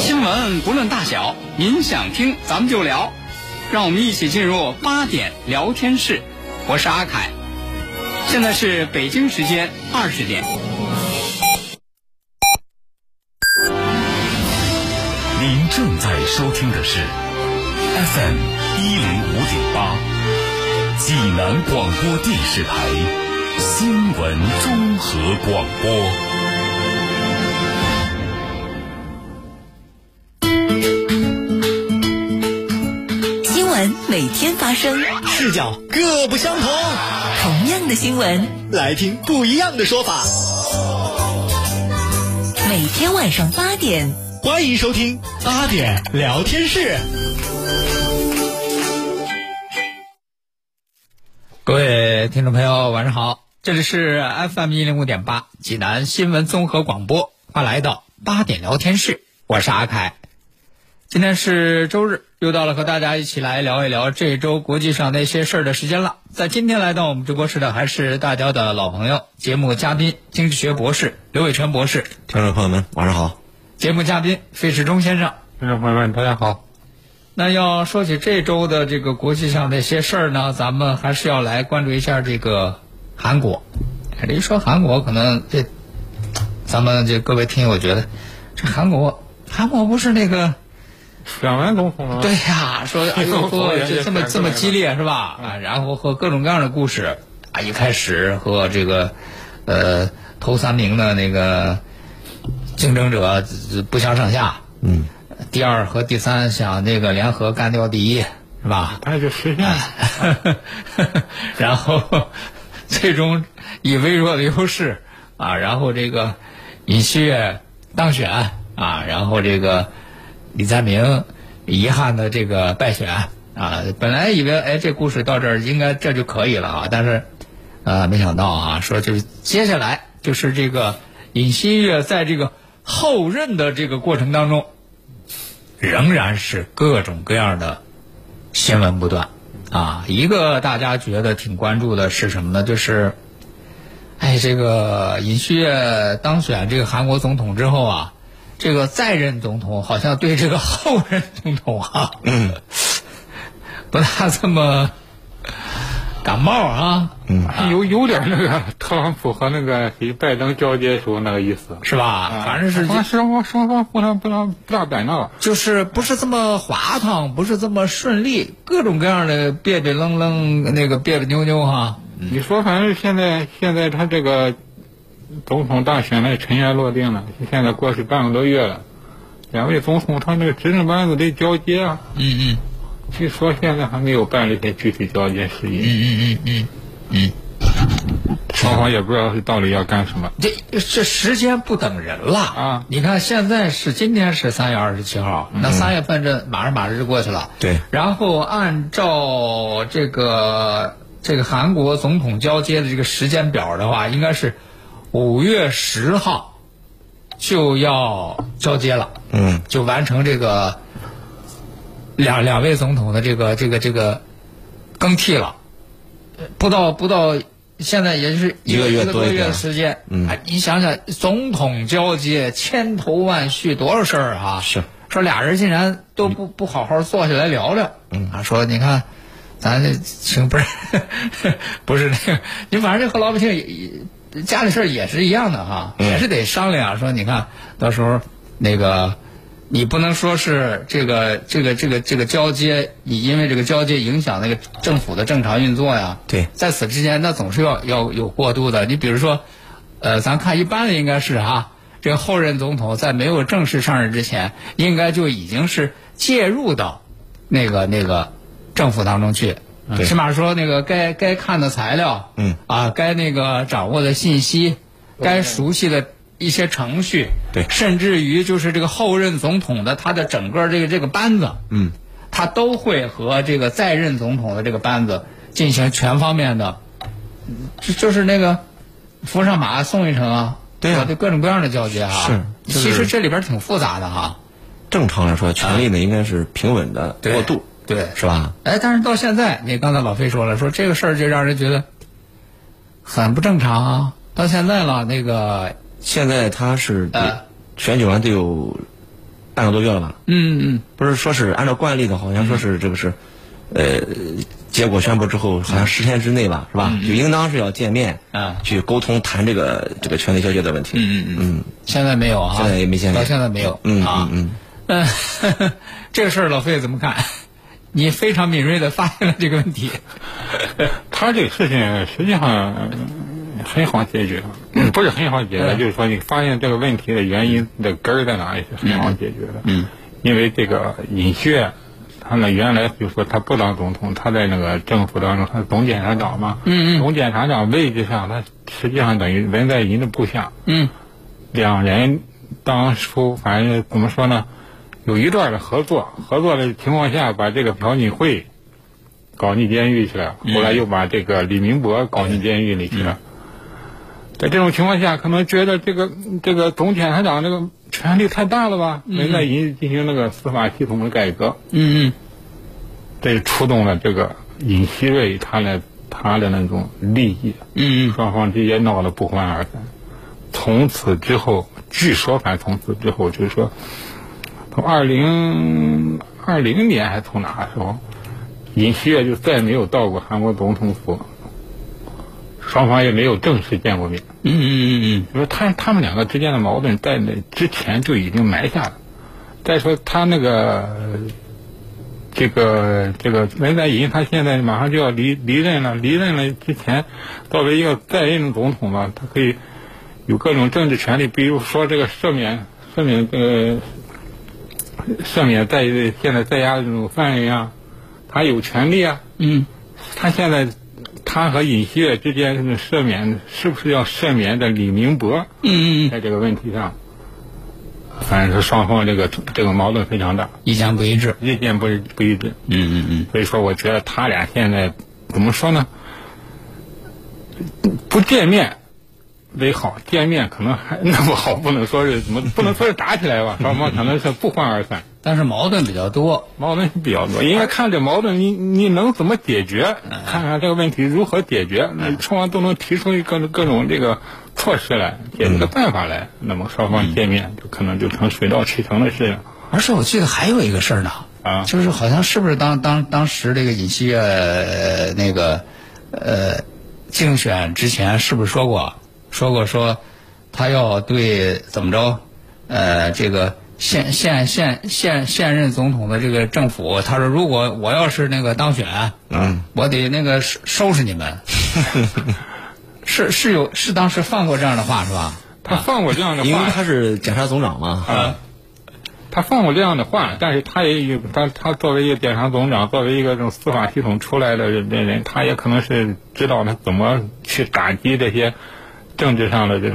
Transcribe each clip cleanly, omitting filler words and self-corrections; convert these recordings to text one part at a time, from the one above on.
新闻不论大小，您想听咱们就聊，让我们一起进入8点聊天室。我是阿凯，现在是北京时间20点。 您正在收听的是 FM 105.8济南广播电视台新闻综合广播。 新闻每天发生， 视角各不相同， 同样的新闻， 来听不一样的说法。 每天晚上8点， 欢迎收听8点聊天室。 各位听众朋友晚上好，这里是 FM 105.8济南新闻综合广播，欢迎来到8点聊天室，我是阿凯。今天是周日，又到了和大家一起来聊一聊这周国际上那些事儿的时间了。在今天来到我们直播室的还是大家的老朋友，节目嘉宾经济学博士刘伟全博士。 听众朋友们晚上好。 节目嘉宾费世忠先生。 听众朋友们大家好。 那要说起这周的这个国际上那些事儿呢，咱们还是要来关注一下这个韩国。这一说韩国，可能咱们这各位听友觉得，这韩国不是那个选完总统了？ 对呀，说哎呦就这么激烈是吧？啊，然后和各种各样的故事啊，一开始和这个头3名的那个竞争者不相上下，第2和第3想这个联合干掉第1，是吧？ 他就实现了， 然后最终以微弱的优势啊，然后这个尹锡悦当选啊，然后这个李在明遗憾的这个败选啊，本来以为这故事到这儿应该这就可以了啊，但是没想到啊，说就是接下来就是这个尹锡悦在这个后任的这个过程当中，仍然是各种各样的新闻不断啊。一个大家觉得挺关注的是什么呢？就是这个尹锡悦当选这个韩国总统之后啊，这个在任总统好像对这个后任总统啊不大这么感冒啊， 有点那个特朗普和那个拜登交接时候那个意思， 是吧？反正是双方互相不大摆闹， 就是不是这么滑烫，不是这么顺利，各种各样的别别愣愣，那个别别扭扭哈。 你说反正现在他这个总统大选的尘埃落定了，现在过去半个多月了，2位总统他那个执政班子得交接啊。据说现在还没有办这些具体交接事宜。双方也不知道是到底要干什么。 这时间不等人了啊！ 你看今天是3月27号，那3月份这马上就过去了。 对。 然后按照这个韩国总统交接的这个时间表的话，应该是5月10号就要交接了。就完成这个两位总统的这个更替了。不到现在也就是一个多月的时间。你想想，总统交接千头万绪，多少事儿啊！ 是说俩人竟然都不好好坐下来聊聊。说你看，咱这不是那个，你反正这和老百姓家里事儿也是一样的哈，也是得商量。说你看到时候那个。你不能说是这个交接，你因为这个交接影响那个政府的正常运作呀。 对， 在此之间，那总是要有过渡的。你比如说，咱看一般的应该是这个后任总统在没有正式上任之前，应该就已经是介入到那个政府当中去，起码说那个该看的材料，该那个掌握的信息，该熟悉的一些程序， 对， 甚至于就是这个后任总统的他的整个这个班子，他都会和这个在任总统的这个班子进行全方面的，就是那个扶上马送一程啊， 对啊， 对各种各样的交接啊。 是， 其实这里边挺复杂的哈。 正常来说，权力呢应该是平稳的过渡， 对， 是吧？ 但是到现在，你刚才老飞说了，说这个事儿就让人觉得很不正常啊。到现在了，那个。 现在他是选举完得有半个多月了吧？不是说是按照惯例的，好像说是这个是，结果宣布之后，好像10天之内吧，是吧？就应当是要见面去沟通谈这个权力交接的问题。 现在没有啊， 现在也没见面， 到现在没有。这个事儿老费怎么看？你非常敏锐地发现了这个问题。 他这个事情实际上很好解决，不是很好解决，就是说你发现这个问题的原因的根儿在哪里是很好解决的。因为这个尹锡，他呢原来就说他不当总统，他在那个政府当中他是总检察长嘛。总检察长位置上，他实际上等于文在寅的部下。两人当初反正怎么说呢？有一段的合作的情况下，把这个朴槿惠搞进监狱去了，后来又把这个李明博搞进监狱里去了。在这种情况下，可能觉得这个总检察长这个权力太大了吧？文在寅进行那个司法系统的改革。这触动了这个尹锡悦他的那种利益。双方直接闹得不欢而散。从此之后，据说就是说。从2020年还是从哪时候，尹锡悦就再没有到过韩国总统府，双方也没有正式见过面。就是他们两个之间的矛盾在那之前就已经埋下了。再说他那个这个文在寅，他现在马上就要离任了，之前作为一个在任的总统吧，他可以有各种政治权利，比如说这个赦免现在在押的这种犯人啊，他有权利啊。他现在他和尹锡悦之间这个赦免，是不是要赦免的李明博？在这个问题上，反正是双方这个矛盾非常大， 意见不一致。 所以说，我觉得他俩现在怎么说呢？不见面为好，见面可能还那么好，不能说是打起来吧，双方可能是不欢而散。 但是矛盾比较多， 应该看这矛盾你能怎么解决，看看这个问题如何解决，双方都能提出各种这个措施来，解决个办法来，那么双方见面就可能就成水到渠成的事了。 而且我记得还有一个事儿呢，就是好像是不是当时这个尹锡悦那个竞选之前是不是说过他要对怎么着这个现任总统的这个政府，他说如果我要是那个当选，我得那个收拾你们。是当时放过这样的话是吧？ 他放过这样的话， 因为他是检察总长嘛。 他放过这样的话，但是他也有他作为一个检察总长，作为一个这种司法系统出来的人，他也可能是知道他怎么去打击这些政治上的各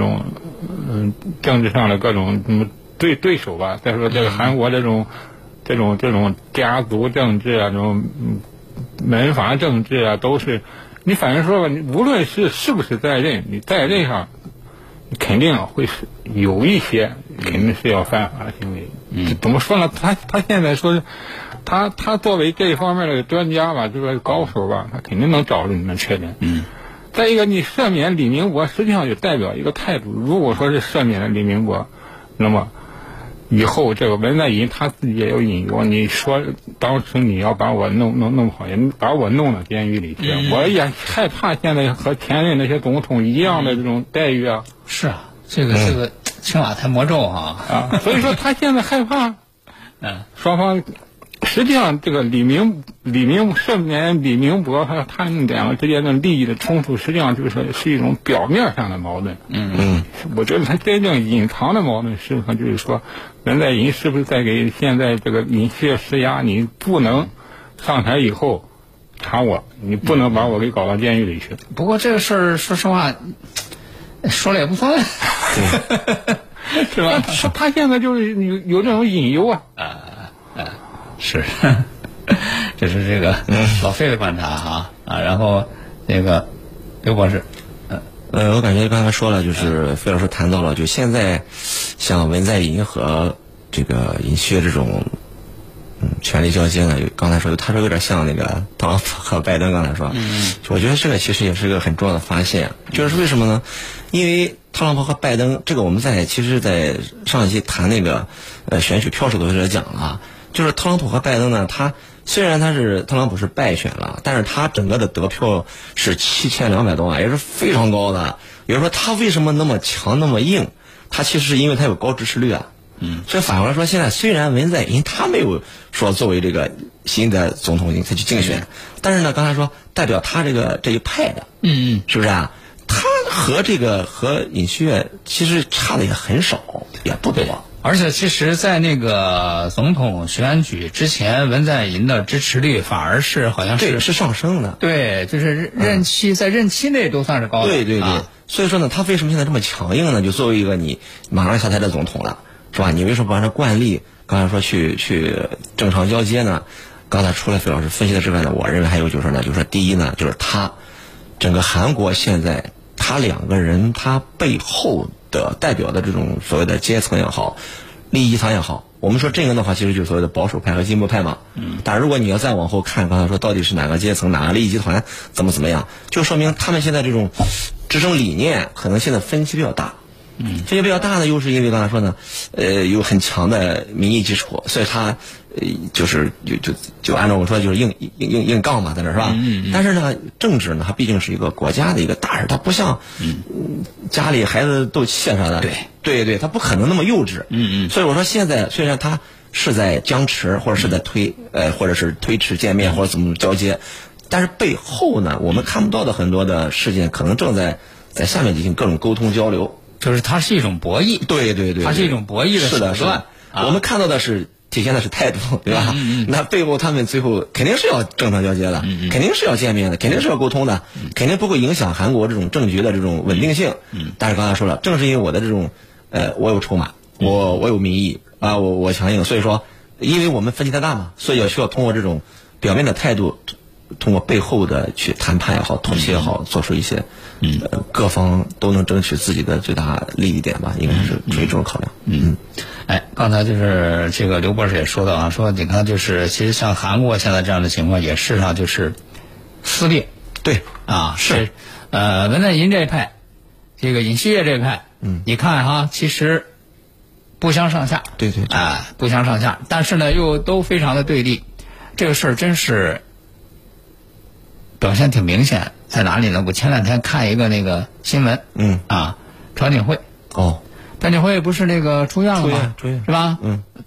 种对手吧。再说这个韩国这种家族政治啊，这种门阀政治啊，都是你反正说吧，无论是不是在任，你在任上肯定会是有一些肯定是要犯法的行为。怎么说呢？他现在说他作为这一方面的专家吧，这个高手吧，他肯定能找出你们缺点。再一个，你赦免李明博，实际上就代表一个态度。如果说是赦免了李明博，那么以后这个文在寅他自己也有隐忧。你说当时你要把我弄好，也把我弄到监狱里去，我也害怕现在和前任那些总统一样的这种待遇啊。 是啊，这个青瓦台魔咒啊。 所以说他现在害怕。双方实际上这个赦免李明博和他们两个之间的利益的冲突，实际上是一种表面上的矛盾。我觉得他真正隐藏的矛盾，实际上就是说，文在寅是不是在给现在这个尹锡悦施压？你不能上台以后查我，你不能把我给搞到监狱里去。 不过这个事儿，说实话，说了也不算。是吧？ 他现在就是有这种隐忧啊。 是，这是这个老费的观察然后那个刘博士， 我感觉刚才说了，就是费老师谈到了，就现在像文在寅和这个尹锡悦这种权力交接呢，刚才说他说有点像那个特朗普和拜登，刚才说，我觉得这个其实也是个很重要的发现，就是为什么呢？因为特朗普和拜登，这个我们其实在上一期谈那个选举票数的时候讲了，就是特朗普和拜登呢，虽然特朗普是败选了，但是他整个的得票是7200多万，也是非常高的。有人说他为什么那么强那么硬？他其实是因为他有高支持率啊。所以反过来说，现在虽然文在寅他没有说作为这个新的总统他去竞选，但是呢，刚才说代表他这一派的，是不是啊？他和尹锡悦其实差的也很少，也不多。 而且其实在那个总统选举之前，文在寅的支持率反而是好像是上升的。 对，就是在任期内都算是高的。 对。所以说呢，他为什么现在这么强硬呢？就作为一个你马上下台的总统了，是吧？你为什么不按照惯例刚才说去正常交接呢？刚才除了费老师分析的之外呢，我认为还有就是说第一呢，就是他整个韩国现在他两个人他背后的代表的这种所谓的阶层也好，利益集团也好，我们说这个的话其实就是所谓的保守派和进步派嘛。但如果你要再往后看，刚才说到底是哪个阶层哪个利益集团怎么样，就说明他们现在这种执政理念可能现在分歧比较大。分歧比较大呢，又是因为刚才说呢，有很强的民意基础，所以他就按照我说的就是硬杠嘛，在那是吧？但是呢，政治呢，它毕竟是一个国家的一个大事，它不像家里孩子斗气啥的，对，它不可能那么幼稚。所以我说现在虽然他是在僵持，或者是在或者是推迟见面，或者怎么交接，但是背后呢，我们看不到的很多的事件，可能正在下面进行各种沟通交流。 就是它是一种博弈， 对， 它是一种博弈的手段。 是的，我们看到的是体现的是态度，对吧？那背后他们最后肯定是要正常交接的，肯定是要见面的，肯定是要沟通的，肯定不会影响韩国这种政局的这种稳定性。但是刚才说了，正是因为我的这种我有筹码，我有民意啊，我强硬，所以说因为我们分歧太大嘛，所以要需要通过这种表面的态度，通过背后的去谈判也好，妥协也好，做出一些各方都能争取自己的最大利益点吧，应该是出于这种考量。 刚才就是这个刘博士也说到啊，说你看就是其实像韩国现在这样的情况，也事实上就是撕裂。 对啊，是文在寅这一派，这个尹锡悦这一派，你看哈，其实不相上下。 对， 不相上下，但是呢又都非常的对立。这个事儿真是表现挺明显，在哪里呢？我前两天看一个那个新闻，朴槿惠。朴槿惠不是那个出院了吗？ 出院是吧？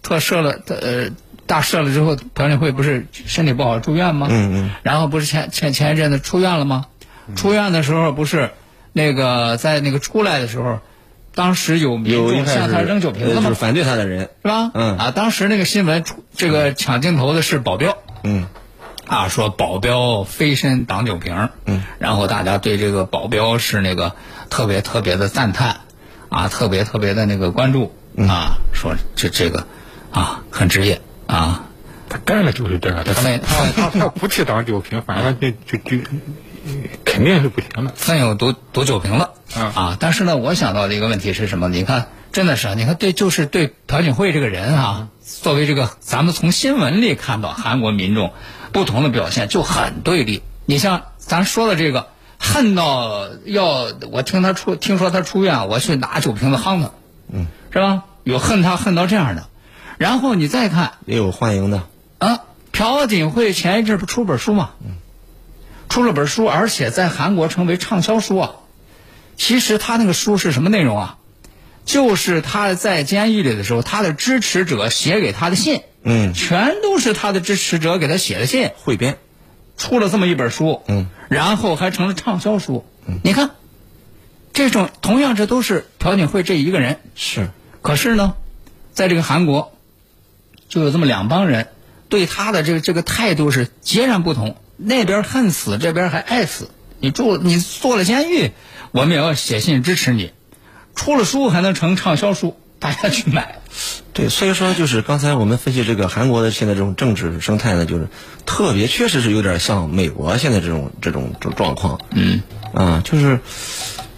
大赦了之后，朴槿惠不是身体不好住院吗？然后不是前一阵子出院了吗？出院的时候不是那个在那个出来的时候，当时有民众向他扔酒瓶子吗？ 就是反对他的人是吧？当时那个新闻这个抢镜头的是保镖。说保镖飞身挡酒瓶，然后大家对这个保镖是那个特别特别的赞叹，特别特别的那个关注，说这个很职业啊。 他干了就是这个，他不去挡酒瓶，反正就肯定是不行的。 分有毒酒瓶了但是呢，我想到的一个问题是什么？你看，真的是你看就是对朴槿惠这个人作为这个咱们从新闻里看到韩国民众不同的表现就很对立。你像咱说的这个，恨到我听说他出院，我去拿酒瓶子夯他，是吧？有恨到这样的。然后你再看， 也有欢迎的朴槿惠前一阵不出本书嘛，出了本书，而且在韩国成为畅销书啊。其实他那个书是什么内容啊？就是他在监狱里的时候，他的支持者写给他的信，全都是他的支持者给他写的信， 汇编出了这么一本书，然后还成了畅销书。你看，这种同样这都是朴槿惠这一个人， 是， 可是呢，在这个韩国，就有这么两帮人，对他的这个态度是截然不同。那边恨死，这边还爱死。你坐了监狱，我们也要写信支持你。出了书还能成畅销书，大家去买。 对，所以说就是刚才我们分析这个韩国的现在这种政治生态呢，就是特别确实是有点像美国现在这种状况。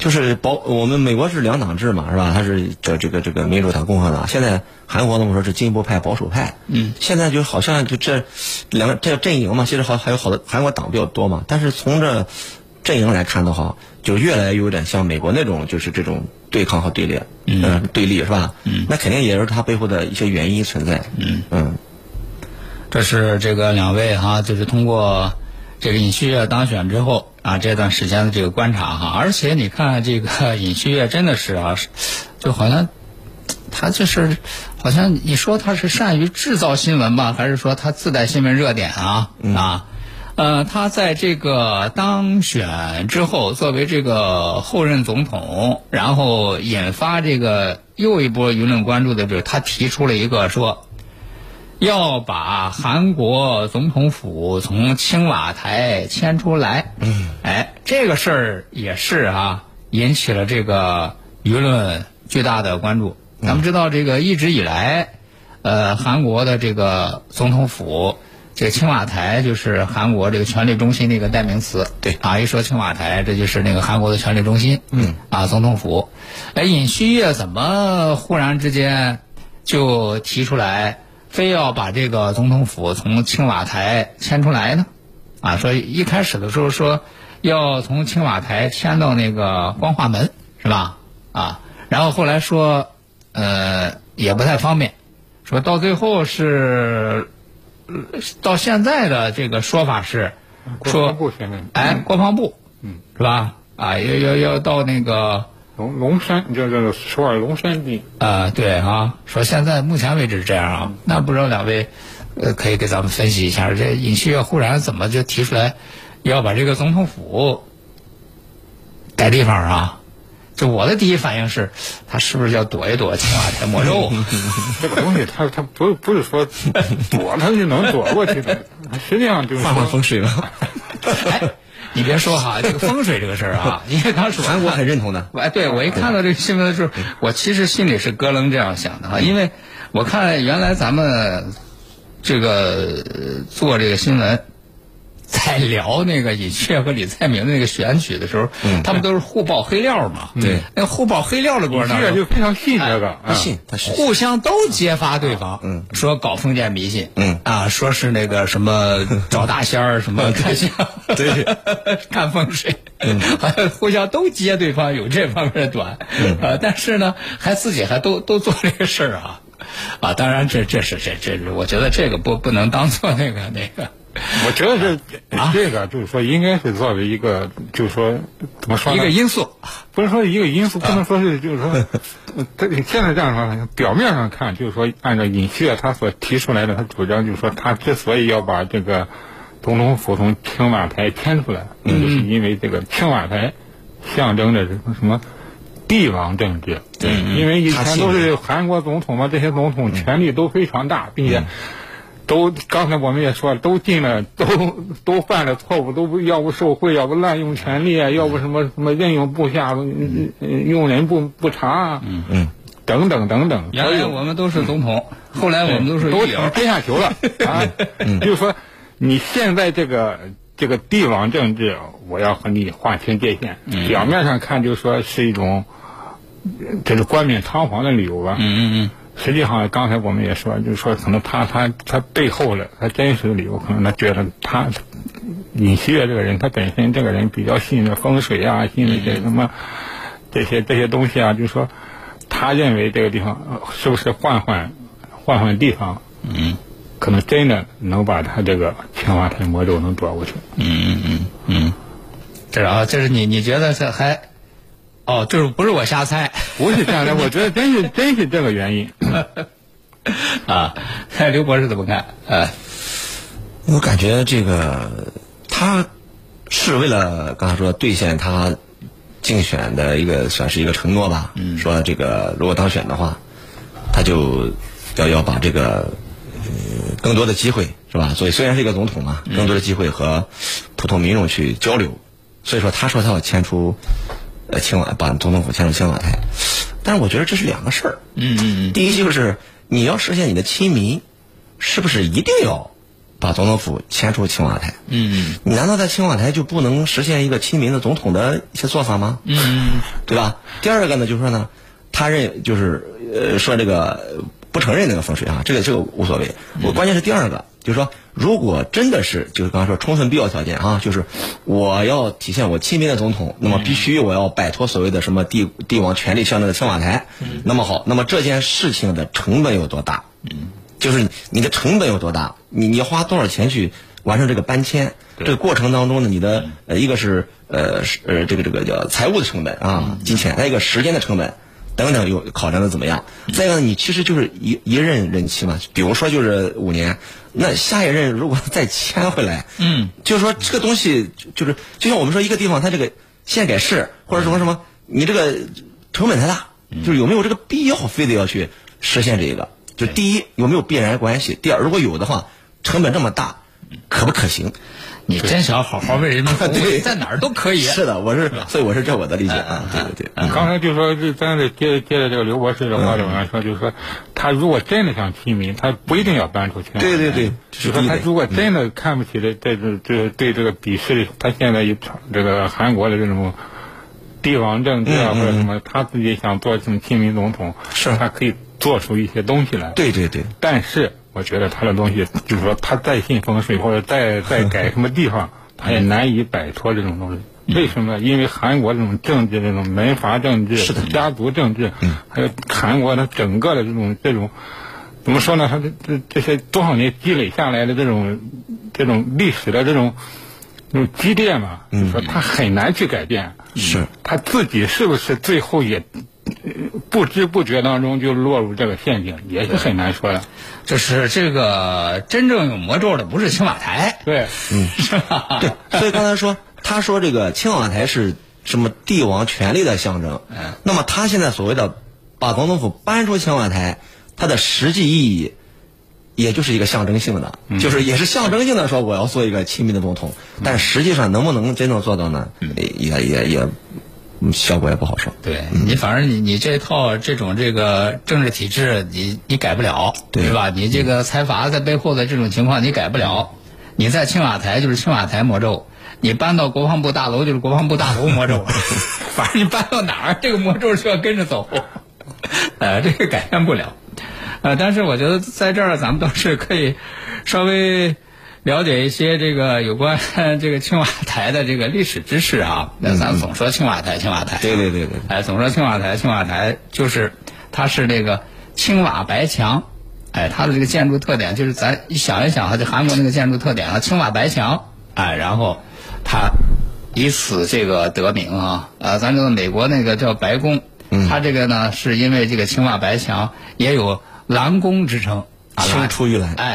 就是我们美国是两党制嘛，是吧？它是这个民主党、共和党。现在韩国呢，我们说是进步派、保守派。现在就好像就这阵营嘛，其实还有好多韩国党比较多嘛。但是从这阵营来看的话，就越来越有点像美国那种，就是这种对抗和对立，对立是吧？那肯定也是它背后的一些原因存在。 这是这个两位哈，就是通过这个尹锡悦当选之后啊，这段时间的这个观察哈，而且你看这个尹锡悦真的是啊，就好像他就是好像你说他是善于制造新闻吧，还是说他自带新闻热点啊？他在这个当选之后，作为这个后任总统，然后引发这个又一波舆论关注的就是他提出了一个说，要把韩国总统府从青瓦台迁出来。这个事儿也是啊，引起了这个舆论巨大的关注。咱们知道这个一直以来，韩国的这个总统府。这个青瓦台就是韩国这个权力中心的一个代名词。 对啊，一说青瓦台，这就是那个韩国的权力中心。总统府。尹锡悦怎么忽然之间就提出来，非要把这个总统府从青瓦台迁出来呢？说一开始的时候说要从青瓦台迁到那个光化门，是吧？然后后来说也不太方便，说到最后是。到现在的这个说法是说，国防部，是吧？要到那个龙山，就是首尔龙山地。 对啊，说现在目前为止是这样啊。那不知道两位可以给咱们分析一下，这尹锡悦忽然怎么就提出来要把这个总统府改地方啊？就我的第一反应是，他是不是要躲一躲青瓦台魔咒？ 这个东西他不是说躲他就能躲过去的，实际上就是换风水了。 你别说哈，这个风水这个事儿啊，因为当时韩国很认同的。 对，我一看到这个新闻的时候，我其实心里是咯楞这样想的哈，因为我看原来咱们这个做这个新闻。在聊那个尹锡悦和李在明的那个选举的时候，他们都是互爆黑料嘛。 对， 那个互爆黑料的过程当中， 就非常信这个， 他信， 互相都揭发对方，说搞封建迷信，说是那个什么找大仙儿，什么看相， 对， 看风水，互相都揭对方有这方面的短，但是呢，自己还都做这个事儿当然这我觉得这个不能当做那个。 我觉得这个就是说，应该是作为一个，就是说怎么说呢？ 一个因素， 不是说一个因素，不能说是就是说，现在这样说，表面上看就是说，按照尹锡悦他所提出来的，他主张就是说，他之所以要把这个总统府从青瓦台迁出来，就是因为这个青瓦台象征着什么帝王政治。 对， 因为以前都是韩国总统嘛，这些总统权力都非常大，并且。刚才我们也说了，都犯了错误，要不受贿，要不滥用权力啊，要不什么任用部下，用人不查，等等。 原来我们都是总统，后来我们都是都成阶下囚了啊！就是说，你现在这个帝王政治，我要和你划清界限。表面上看，就是说是一种，这是冠冕堂皇的理由吧？实际上，刚才我们也说，就是说，可能他背后的他真实的理由，可能他觉得尹锡悦这个人，他本身这个人比较信这风水啊，信这些什么这些东西啊，就是说，他认为这个地方是不是换地方，可能真的能把他这个青瓦台魔咒能躲过去。 这是你觉得这还？就是不是我瞎猜， 不是这样的，我觉得真是这个原因。 看刘博士怎么看？ 我感觉这个他是为了刚才说兑现他竞选的算是一个承诺吧。说这个如果当选的话，他就要把这个更多的机会是吧？所以虽然是一个总统嘛，更多的机会和普通民众去交流。所以说他说他要迁出。把总统府迁入青瓦台，但是我觉得这是两个事儿。第一就是你要实现你的亲民，是不是一定要把总统府迁出青瓦台。你难道在青瓦台就不能实现一个亲民的总统的一些做法吗？对吧？第二个呢，就是说呢，他说这个不承认那个风水啊，这个无所谓。我关键是第二个，就是说，如果真的是就是刚才说充分必要条件啊，就是我要体现我亲民的总统，那么必须我要摆脱所谓的什么帝王权力象征的青瓦台。那么好，那么这件事情的成本有多大？就是你的成本有多大？你要花多少钱去完成这个搬迁？这个过程当中呢，你的一个是这个叫财务的成本啊，金钱；再一个时间的成本。等等有考量的怎么样？再一个，你其实就是一任任期嘛，比如说就是5年，那下一任如果再迁回来，就是说这个东西就像我们说一个地方它这个县改市或者什么，你这个成本太大，就是有没有这个必要非得要去实现这个？就第一有没有必然关系？第二，如果有的话，成本这么大，可不可行？ 你真想好好为人民服务，在哪儿都可以。 是的，所以我是这我的理解啊。对。 刚才就说，咱得接着这个刘博士的话里面说，就是说，他如果真的想亲民，他不一定要搬出去。 对， 就是说他如果真的看不起对这个鄙视他现在这个韩国的这种帝王政治啊或者什么，他自己想做这种亲民总统， 是他可以做出一些东西来。 对。 但是我觉得他的东西，就是说他再信风水或者再改什么地方，他也难以摆脱这种东西。为什么？因为韩国这种政治，这种门阀政治、家族政治，还有韩国的整个的这种怎么说呢？他这些多少年积累下来的这种历史的这种积淀嘛，就是说他很难去改变。 是他自己是不是最后也不知不觉当中就落入这个陷阱，也是很难说的。 就是这个真正有魔咒的不是青瓦台， 对， 是吧？ 对，所以刚才他说这个青瓦台是什么帝王权力的象征，那么他现在所谓的把总统府搬出青瓦台，它的实际意义也就是一个象征性的，就是也是象征性的说我要做一个亲民的总统，但实际上能不能真正做到呢？也效果也不好说。 对，你反正你这套这个政治体制你改不了，对吧？你这个财阀在背后的这种情况你改不了。你在青瓦台就是青瓦台魔咒，你搬到国防部大楼就是国防部大楼魔咒，反正你搬到哪儿这个魔咒就要跟着走，这个改变不了。但是我觉得在这儿咱们倒是可以稍微了解一些这个有关这个青瓦台的这个历史知识啊。咱总说青瓦台，对。总说青瓦台就是它是这个青瓦白墙，它的这个建筑特点就是咱想一想这韩国那个建筑特点啊，青瓦白墙，然后它以此这个得名啊。咱知道美国那个叫白宫，它这个呢是因为这个青瓦白墙也有蓝宫之称。 青出于蓝，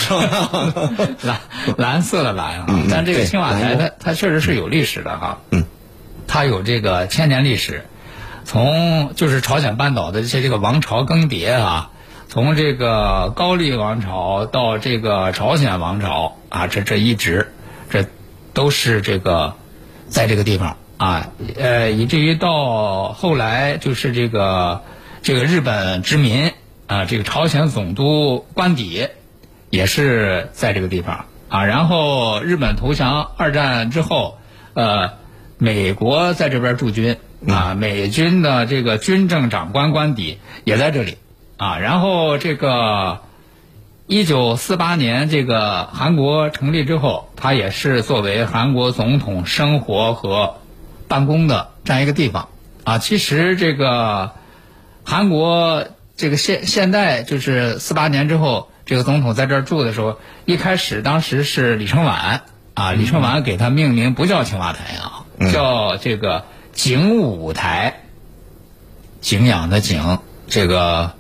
蓝色的蓝啊！但这个青瓦台它确实是有历史的哈，它有这个千年历史，从就是朝鲜半岛的这个王朝更迭啊，从这个高丽王朝到这个朝鲜王朝啊，这一直这都是这个在这个地方啊，以至于到后来就是这个日本殖民。这个朝鲜总督官邸也是在这个地方啊。然后日本投降2战之后，美国在这边驻军啊，美军的这个军政长官官邸也在这里啊。然后这个1948年这个韩国成立之后，它也是作为韩国总统生活和办公的这样一个地方啊。其实这个韩国。这个现代就是48年之后，这个总统在这儿住的时候，一开始当时是李承晚啊，李承晚给他命名不叫青瓦台啊，叫这个景武台，景仰的景，这个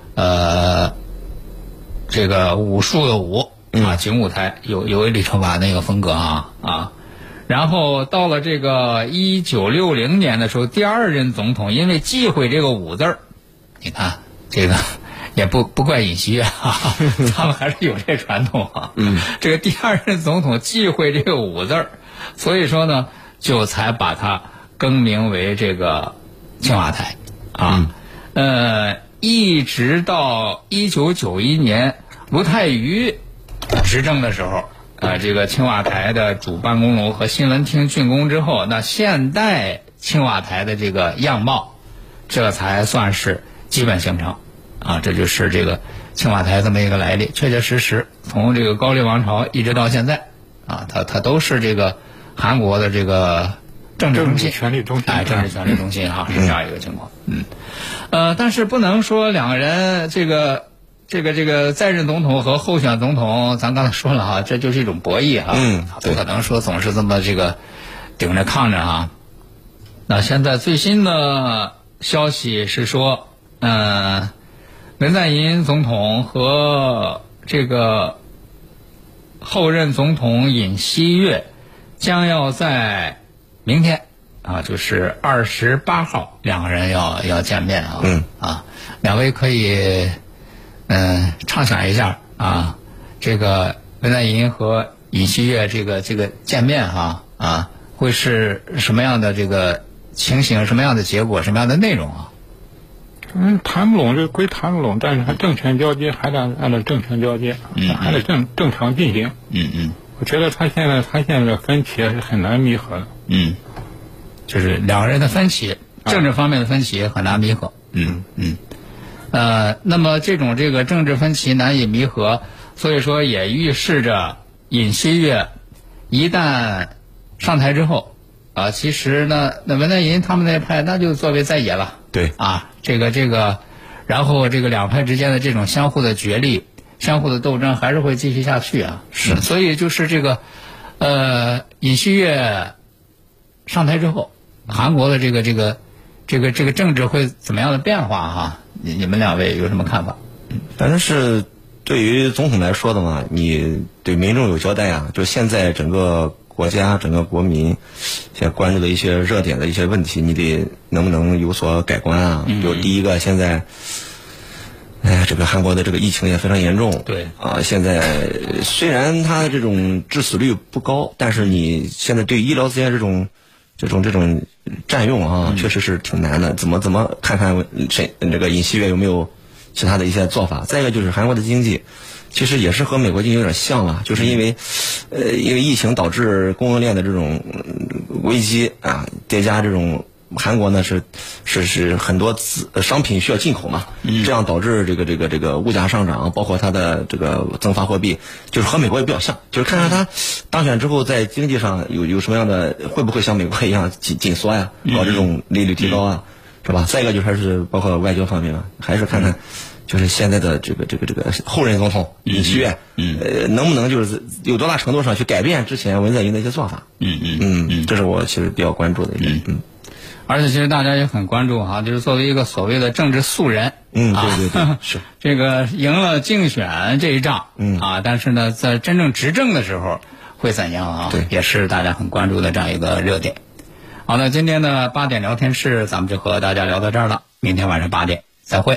武术的武啊，景武台有李承晚那个风格啊。然后到了这个1960年的时候，第2任总统因为忌讳这个武字儿，你看。这个也不怪尹锡悦啊，他们还是有这传统啊。这个第2任总统忌讳这个武字儿，所以说呢，就才把它更名为这个青瓦台啊。一直到1991年，卢泰愚执政的时候，这个青瓦台的主办公楼和新闻厅竣工之后，那现代青瓦台的这个样貌，这才算是基本形成啊。这就是这个青瓦台这么一个来历，确确实实从这个高丽王朝一直到现在啊，它都是这个韩国的这个政治中心、 权力中心， 政治权力中心哈，是这样一个情况。但是不能说两个人这个在任总统和候选总统，咱刚才说了哈，这就是一种博弈哈，不可能说总是这么这个顶着抗着哈。那现在最新的消息是说，文在寅总统和这个后任总统尹锡悦将要在明天啊，就是28号，两个人要见面啊。两位可以畅想一下啊，这个文在寅和尹锡悦这个见面会是什么样的这个情形，什么样的结果，什么样的内容啊？ 谈不拢就归谈不拢，但是他政权交接还得按照政权交接，还得正常进行。我觉得他现在的分歧是很难弥合的。 就是两个人的分歧，政治方面的分歧很难弥合。那么这个政治分歧难以弥合，所以说也预示着尹锡悦一旦上台之后其实呢，那文在寅他们那派那就作为在野了。 对这个，然后这个两派之间的这种相互的角力、相互的斗争还是会继续下去啊。 是， 所以就是这个尹锡悦上台之后，韩国的这个政治会怎么样的变化哈？你们两位有什么看法？ 反正是对于总统来说的嘛，你对民众有交代啊。就现在整个国家、整个国民现在关注的一些热点的一些问题，你得能不能有所改观啊？比如第一个，现在这个韩国的这个疫情也非常严重。 对现在虽然它这种致死率不高，但是你现在对医疗资源这种占用啊，确实是挺难的。怎么看看这个尹锡悦有没有其他的一些做法？再一个就是韩国的经济，其实也是和美国经济有点像了，就是因为疫情导致供应链的这种危机啊，叠加这种韩国呢是很多商品需要进口嘛，这样导致这个物价上涨，包括它的这个增发货币，就是和美国也比较像，就是看看他当选之后在经济上有什么样的，会不会像美国一样紧缩呀，搞这种利率提高啊，是吧？再一个就还是包括外交方面了，还是看看就是现在的这个后任总统尹锡悦，能不能就是有多大程度上去改变之前文在寅的一些做法？这是我其实比较关注的一点。 而且其实大家也很关注哈，就是作为一个所谓的政治素人， 对，是这个赢了竞选这一仗，但是呢，在真正执政的时候会怎样啊？ 对， 也是大家很关注的这样一个热点。好，那今天的8点聊天室咱们就和大家聊到这儿了，明天晚上8点再会。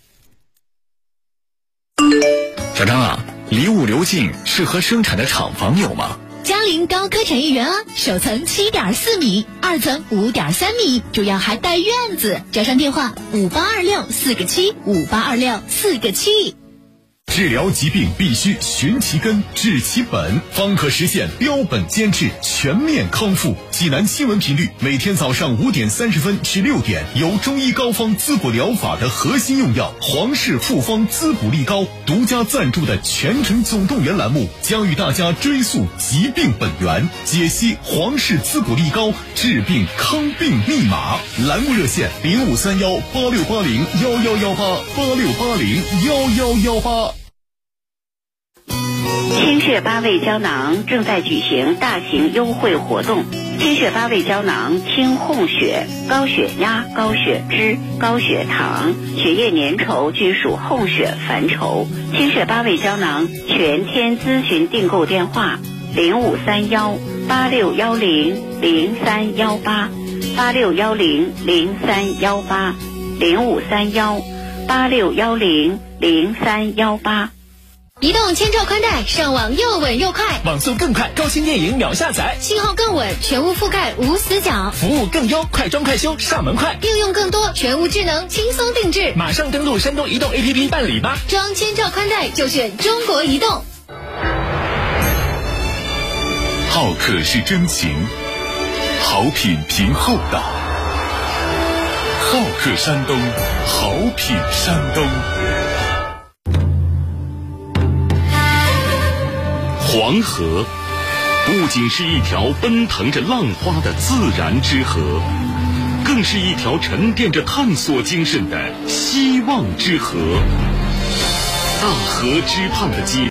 小张啊，离物流近适合生产的厂房有吗？ 嘉陵高科产业园啊，首层7.4米，2层5.3米，主要还带院子。招商电话5826-4个7，5826-4个7。 治疗疾病必须寻其根、治其本，方可实现标本兼治、全面康复。济南新闻频率每天早上5点30分至6点，由中医膏方滋补疗法的核心用药皇氏复方滋补力膏独家赞助的全程总动员栏目，将与大家追溯疾病本源，解析皇氏滋补力膏治病康病密码。栏目热线0531-8680-1118，8680-1118。 清血八味胶囊正在举行大型优惠活动，清血八味胶囊清供血、高血压、高血脂、高血糖、血液粘稠均属供血范畴。清血八味胶囊全天咨询订购电话 0531-8610-0318，8610-0318，0531-8610-0318。移动千兆宽带，上网又稳又快， 网速更快，高清电影秒下载， 信号更稳，全屋覆盖无死角， 服务更优，快装快修上门快， 应用更多，全屋智能轻松定制。 马上登录山东移动 APP 办理吧， 装千兆宽带就选中国移动。 好客是真情，好品凭厚道。好客山东，好品山东。黄河不仅是一条奔腾着浪花的自然之河，更是一条沉淀着探索精神的希望之河。大河之畔的街。